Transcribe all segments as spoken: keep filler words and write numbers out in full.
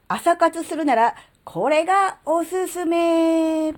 朝活するなら、これがおすすめ。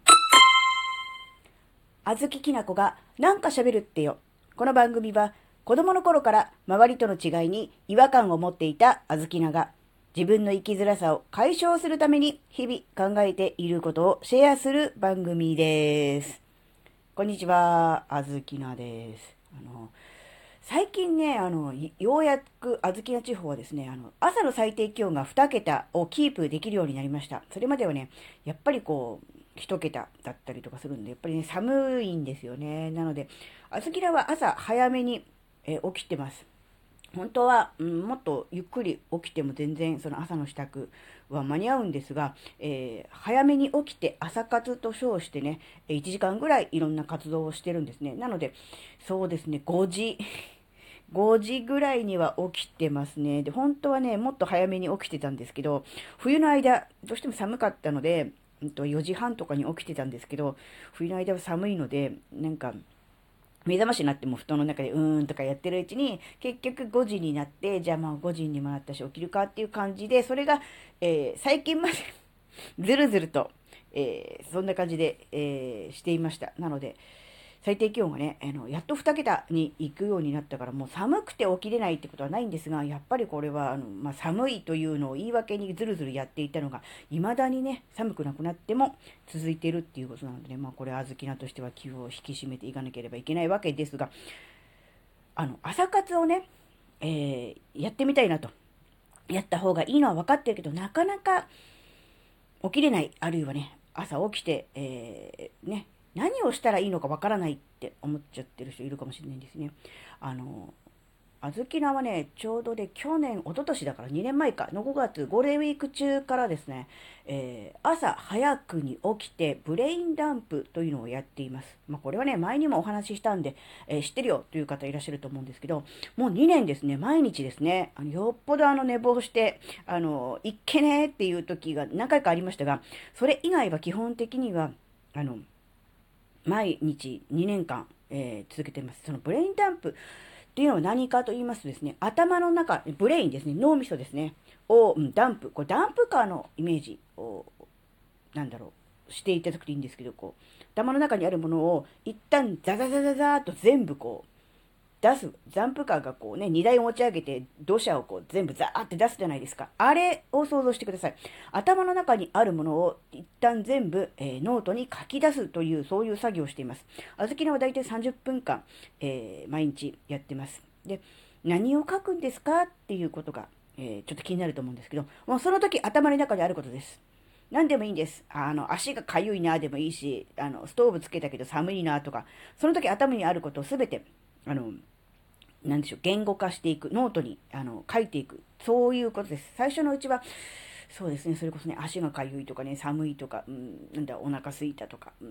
あずききなこがなんか喋るってよ。この番組は子供の頃から周りとの違いに違和感を持っていたあずきなが自分の生きづらさを解消するために日々考えていることをシェアする番組です。こんにちは、あずきなです。あの最近ね、あの、ようやく小豆の地方はですね、あの、朝の最低気温がに桁をキープできるようになりました。それまではね、やっぱりこう、いち桁だったりとかするんで、やっぱりね、寒いんですよね。なので、小豆は朝早めに、えー起きてます。本当は、うん、もっとゆっくり起きても全然その朝の支度は間に合うんですが、えー早めに起きて朝活と称してね、いちじかんぐらいいろんな活動をしてるんですね。なので、そうですね、ごじ、ごじぐらいには起きてますね。で、本当はね、もっと早めに起きてたんですけど、冬の間、どうしても寒かったので、うんとよじはんとかに起きてたんですけど、冬の間は寒いので、なんか、目覚ましになっても布団の中でうーんとかやってるうちに、結局ごじになって、じゃあまあごじにもなったし起きるかっていう感じで、それが、えー最近までずるずると、えーそんな感じで、えーしていました。なので、最低気温がね、あの、やっとに桁に行くようになったから、もう寒くて起きれないってことはないんですが、やっぱりこれは、あの、まあ、寒いというのを言い訳にずるずるやっていたのが、未だにね、寒くなくなっても続いているっていうことなのでね、まあ、これ、小豆菜としては気を引き締めていかなければいけないわけですが、あの、朝活をね、えーやってみたいなと。やった方がいいのは分かってるけど、なかなか起きれない。あるいはね、朝起きて、えーね、何をしたらいいのかわからないって思っちゃってる人いるかもしれないんですね。あの、あずきなはね、ちょうどで去年、一昨年だからにねんまえかのごがつ、ゴールデンウィーク中からですね、えー朝早くに起きてブレインダンプというのをやっています。まあ、これはね、前にもお話ししたんで、えー知ってるよという方いらっしゃると思うんですけど、もうにねんですね、毎日ですね、あのよっぽどあの寝坊して、あの、いっけねーっていう時が何回かありましたが、それ以外は基本的には、あの、毎日にねんかん、えー続けています。そのブレインダンプっていうのは何かと言いますとですね、頭の中、ブレインですね、脳みそですね、を、うん、ダンプ、これダンプカーのイメージを、なんだろう、していただくといいんですけど、こう、頭の中にあるものを一旦ザザザザザーっと全部こう、出す、ザンプカーがこうね、荷台を持ち上げて、土砂をこう全部ザーって出すじゃないですか。あれを想像してください。頭の中にあるものを一旦全部、えーノートに書き出すという、そういう作業をしています。あずきのはだいたいさんじゅっぷんかん、えー毎日やってます。で、何を書くんですかっていうことが、えーちょっと気になると思うんですけど、もうその時頭の中にあることです。何でもいいんです。あの、足がかゆいなでもいいし、あの、ストーブつけたけど寒いなとか、その時頭にあることをすべて、あの、なんでしょう、言語化していく、ノートにあの書いていく、そういうことです。最初のうちは、そうですね、それこそね、足がかゆいとかね、寒いとか、うん、なんだ、お腹すいたとか、うん、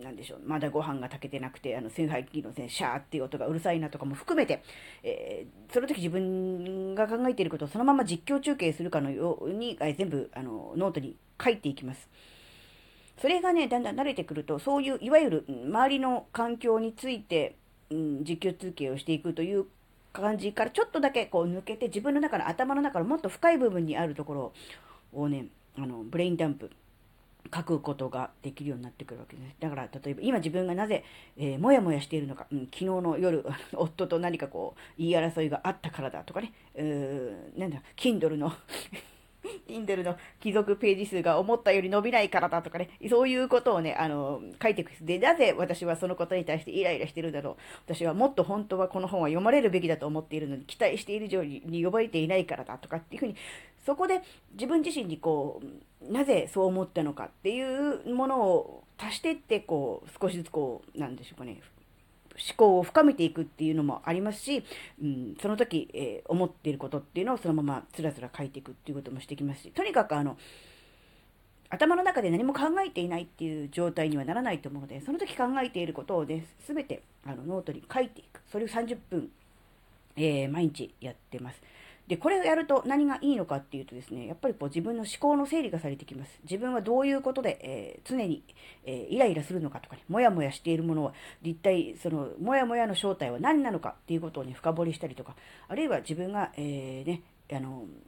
なんでしょう、まだご飯が炊けてなくて、あの、炊飯器のね、シャーっていう音がうるさいなとかも含めて、えーその時自分が考えていることをそのまま実況中継するかのように、えー全部、あの、ノートに書いていきます。それがね、だんだん慣れてくると、そういういわゆる周りの環境について、うん、実況通形をしていくという感じからちょっとだけこう抜けて、自分の中の頭の中のもっと深い部分にあるところをね、あのブレインダンプ書くことができるようになってくるわけです。だから例えば今自分がなぜ、えー、もやもやしているのか、うん、昨日の夜夫と何かこう言い争いがあったからだとかね、うーなんだ Kindle の Kindle の帰属ページ数が思ったより伸びないからだとかね、そういうことをね、あの、書いていく。で、なぜ私はそのことに対してイライラしてるんだろう。私はもっと本当はこの本は読まれるべきだと思っているのに、期待している以上に読まれていないからだとかっていうふうに、そこで自分自身にこう、なぜそう思ったのかっていうものを足していって、こう、少しずつこう、なんでしょうかね、思考を深めていくっていうのもありますし、うん、その時、えー思っていることっていうのをそのままつらつら書いていくっていうこともしてきますし、とにかくあの、頭の中で何も考えていないっていう状態にはならないと思うので、その時考えていることをね、すべてあのノートに書いていく。それをさんじゅっぷん、えー毎日やってます。で、これをやると何がいいのかっていうとですね、やっぱりこう自分の思考の整理がされてきます。自分はどういうことで、えー常に、えーイライラするのかとかね、もやもやしているものは、一体その、もやもやの正体は何なのかっていうことをね、深掘りしたりとか、あるいは自分が、えーね、あの、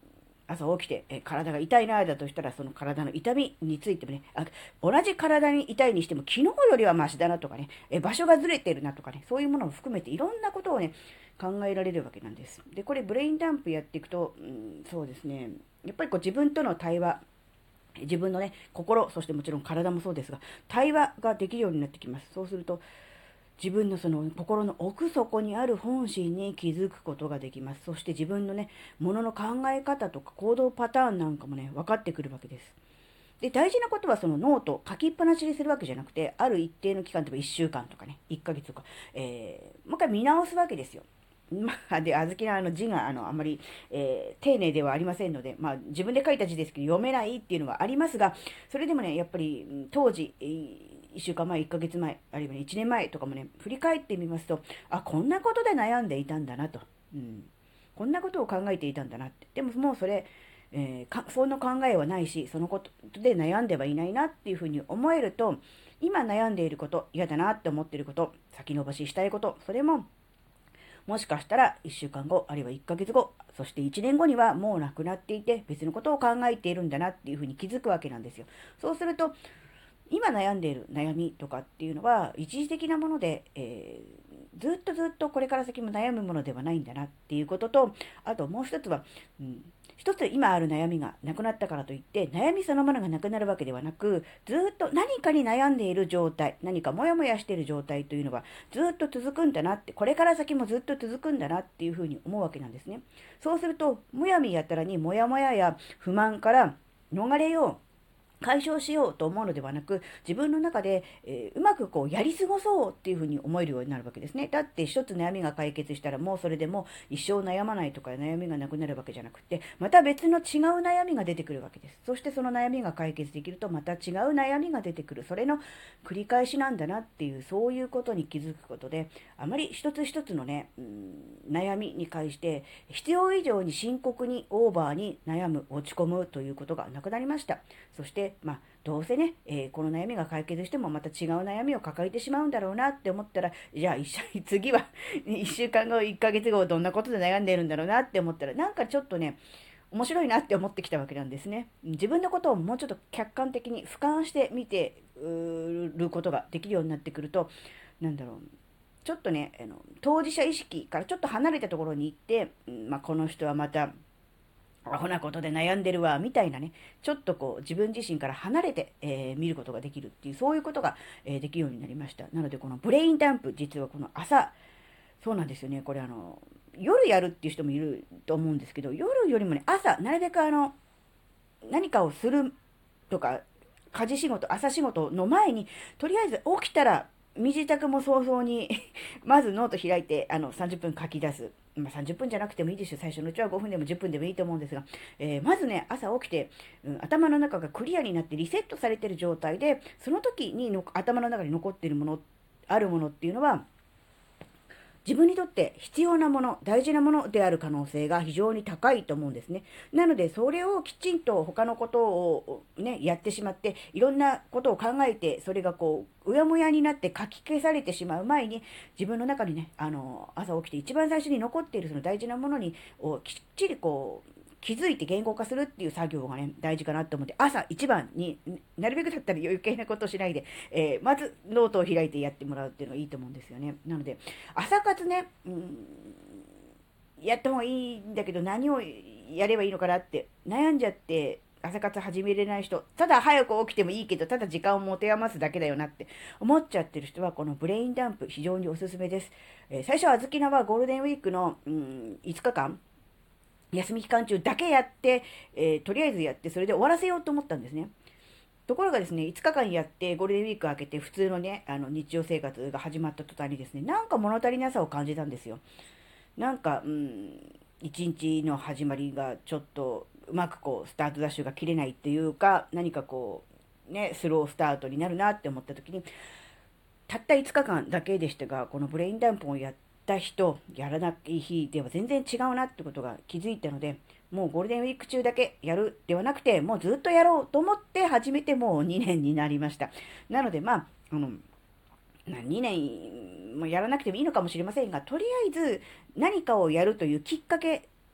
朝起きて、え体が痛いなだとしたら、その体の痛みについてもね、あ、同じ体に痛いにしても昨日よりはマシだなとかね、え場所がずれてるなとかね、そういうものを含めていろんなことをね、考えられるわけなんです。で、これブレインダンプやっていくと、うん、そうですね、やっぱりこう自分との対話、自分のね、心、そしてもちろん体もそうですが、対話ができるようになってきます。そうすると、自分のその心の奥底にある本心に気づくことができます。そして自分のね、ものの考え方とか行動パターンなんかもね、分かってくるわけです。で、大事なことはそのノート、書きっぱなしにするわけじゃなくて、ある一定の期間、例えばいっしゅうかんとかね、いっかげつとか、えー、もう一回見直すわけですよ。まあ、で、あずきのあの字があのあんまり、えー丁寧ではありませんので、まあ、自分で書いた字ですけど読めないっていうのはありますが、それでもね、やっぱりうん当時、えーいっしゅうかんまえ、いっかげつまえ、あるいはねいちねんまえとかもね、振り返ってみますと、あ、こんなことで悩んでいたんだなと。うん、こんなことを考えていたんだなって。でももうそれ、えーかその考えはないし、そのことで悩んではいないなっていうふうに思えると、今悩んでいること、嫌だなって思っていること、先延ばししたいこと、それももしかしたらいっしゅうかんご、あるいはいっかげつご、そしていちねんごにはもうなくなっていて、別のことを考えているんだなっていうふうに気づくわけなんですよ。そうすると、今悩んでいる悩みとかっていうのは一時的なもので、えー、ずっとずっとこれから先も悩むものではないんだなっていうことと、あともう一つは、うん、一つ今ある悩みがなくなったからといって悩みそのものがなくなるわけではなく、ずっと何かに悩んでいる状態、何かモヤモヤしている状態というのはずっと続くんだなって、これから先もずっと続くんだなっていうふうに思うわけなんですね。そうするとむやみやたらにモヤモヤや不満から逃れよう、解消しようと思うのではなく、自分の中で、えーうまくこうやり過ごそうっていうふうに思えるようになるわけですね。だって一つ悩みが解決したらもうそれでも一生悩まないとか悩みがなくなるわけじゃなくて、また別の違う悩みが出てくるわけです。そしてその悩みが解決できるとまた違う悩みが出てくる。それの繰り返しなんだなっていう、そういうことに気づくことで、あまり一つ一つのね、うん、悩みに関して必要以上に深刻にオーバーに悩む、落ち込むということがなくなりました。そして、まあ、どうせね、えーこの悩みが解決してもまた違う悩みを抱えてしまうんだろうなって思ったら、じゃあ一緒に次はいっしゅうかんご、いっかげつご、どんなことで悩んでいるんだろうなって思ったら、なんかちょっとね、面白いなって思ってきたわけなんですね。自分のことをもうちょっと客観的に俯瞰して見てることができるようになってくると、なんだろう、ちょっとね、あの当事者意識からちょっと離れたところに行って、うんまあ、この人はまたアホなことで悩んでるわ、みたいなね、ちょっとこう自分自身から離れて、えー見ることができるっていう、そういうことが、えーできるようになりました。なのでこのブレインダンプ、実はこの朝、そうなんですよね、これあの、夜やるっていう人もいると思うんですけど、夜よりもね、朝、なるべくあの、何かをするとか、家事仕事、朝仕事の前に、とりあえず起きたら、身支度も早々にまずノート開いて、あの、さんじゅっぷん書き出す。まあ、さんじゅっぷんじゃなくてもいいですよ。最初のうちはごふんでもじゅっぷんでもいいと思うんですが、えーまずね、朝起きて、うん、頭の中がクリアになってリセットされている状態で、その時にの頭の中に残っているもの、あるものっていうのは、自分にとって必要なもの、大事なものである可能性が非常に高いと思うんですね。なので、それをきちんと他のことをね、やってしまって、いろんなことを考えて、それがこう、うやむやになって書き消されてしまう前に、自分の中にね、あの、朝起きて一番最初に残っているその大事なものに、をきっちりこう、気づいて言語化するっていう作業がね、大事かなと思って、朝一番になるべくだったら余計なことをしないで、えーまずノートを開いてやってもらうっていうのがいいと思うんですよね。なので、朝活ね、うん、やった方がいいんだけど何をやればいいのかなって悩んじゃって、朝活始めれない人、ただ早く起きてもいいけど、ただ時間を持て余すだけだよなって思っちゃってる人は、このブレインダンプ非常におすすめです。えー最初はあずきなはゴールデンウィークの、うん、いつかかん、休み期間中だけやって、えーとりあえずやって、それで終わらせようと思ったんですね。ところがですね、いつかかんやって、ゴールデンウィーク明けて、普通のね、あの日常生活が始まった途端にですね、なんか物足りなさを感じたんですよ。なんか、うん、一日の始まりがちょっとうまくこう、スタートダッシュが切れないっていうか、何かこう、ね、スロースタートになるなって思った時に、たったいつかかんだけでしたが、このブレインダンプをやった日とやらない日では全然違うなってことが気づいたので、もうゴールデンウィーク中だけやるではなくて、もうずっとやろうと思って始めてもうにねんになりました。なので、まあ、あの、にねんもやらなくてもいいのかもしれませんが、とりあえず何かをやるというきっかけっ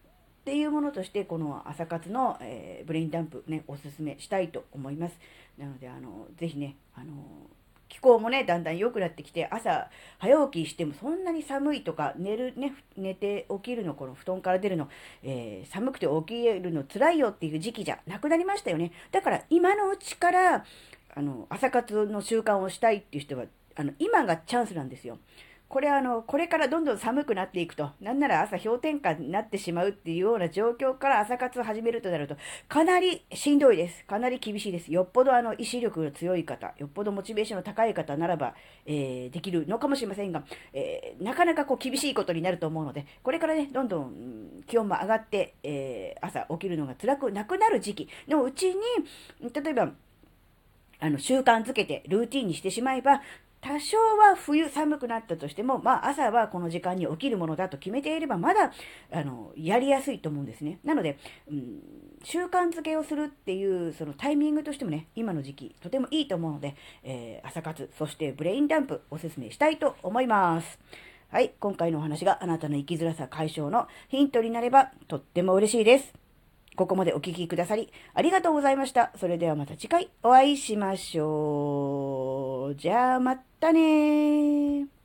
っていうものとして、この朝活の、えー、ブレインダンプね、おすすめしたいと思います。なので、あの、ぜひね、あの、気候もね、だんだん良くなってきて、朝早起きしてもそんなに寒いとか、寝るね、寝て起きるの、この布団から出るの、えー、寒くて起きるの辛いよっていう時期じゃなくなりましたよね。だから今のうちから、あの、朝活の習慣をしたいっていう人は、あの、今がチャンスなんですよ。これあの、これからどんどん寒くなっていくと、なんなら朝氷点下になってしまうっていうような状況から朝活を始めるとなると、かなりしんどいです。かなり厳しいです。よっぽどあの、意志力の強い方、よっぽどモチベーションの高い方ならば、えー、できるのかもしれませんが、えー、なかなかこう厳しいことになると思うので、これからね、どんどん、うん、気温も上がって、えー、朝起きるのが辛くなくなる時期のうちに、例えば、あの、習慣づけてルーティンにしてしまえば、多少は冬寒くなったとしても、まあ朝はこの時間に起きるものだと決めていれば、まだ、あの、やりやすいと思うんですね。なので、うん、習慣づけをするっていう、そのタイミングとしてもね、今の時期、とてもいいと思うので、えー、朝活、そしてブレインダンプ、おすすめしたいと思います。はい、今回のお話があなたの生きづらさ解消のヒントになれば、とっても嬉しいです。ここまでお聞きくださり、ありがとうございました。それではまた次回お会いしましょう。じゃあ、またねー。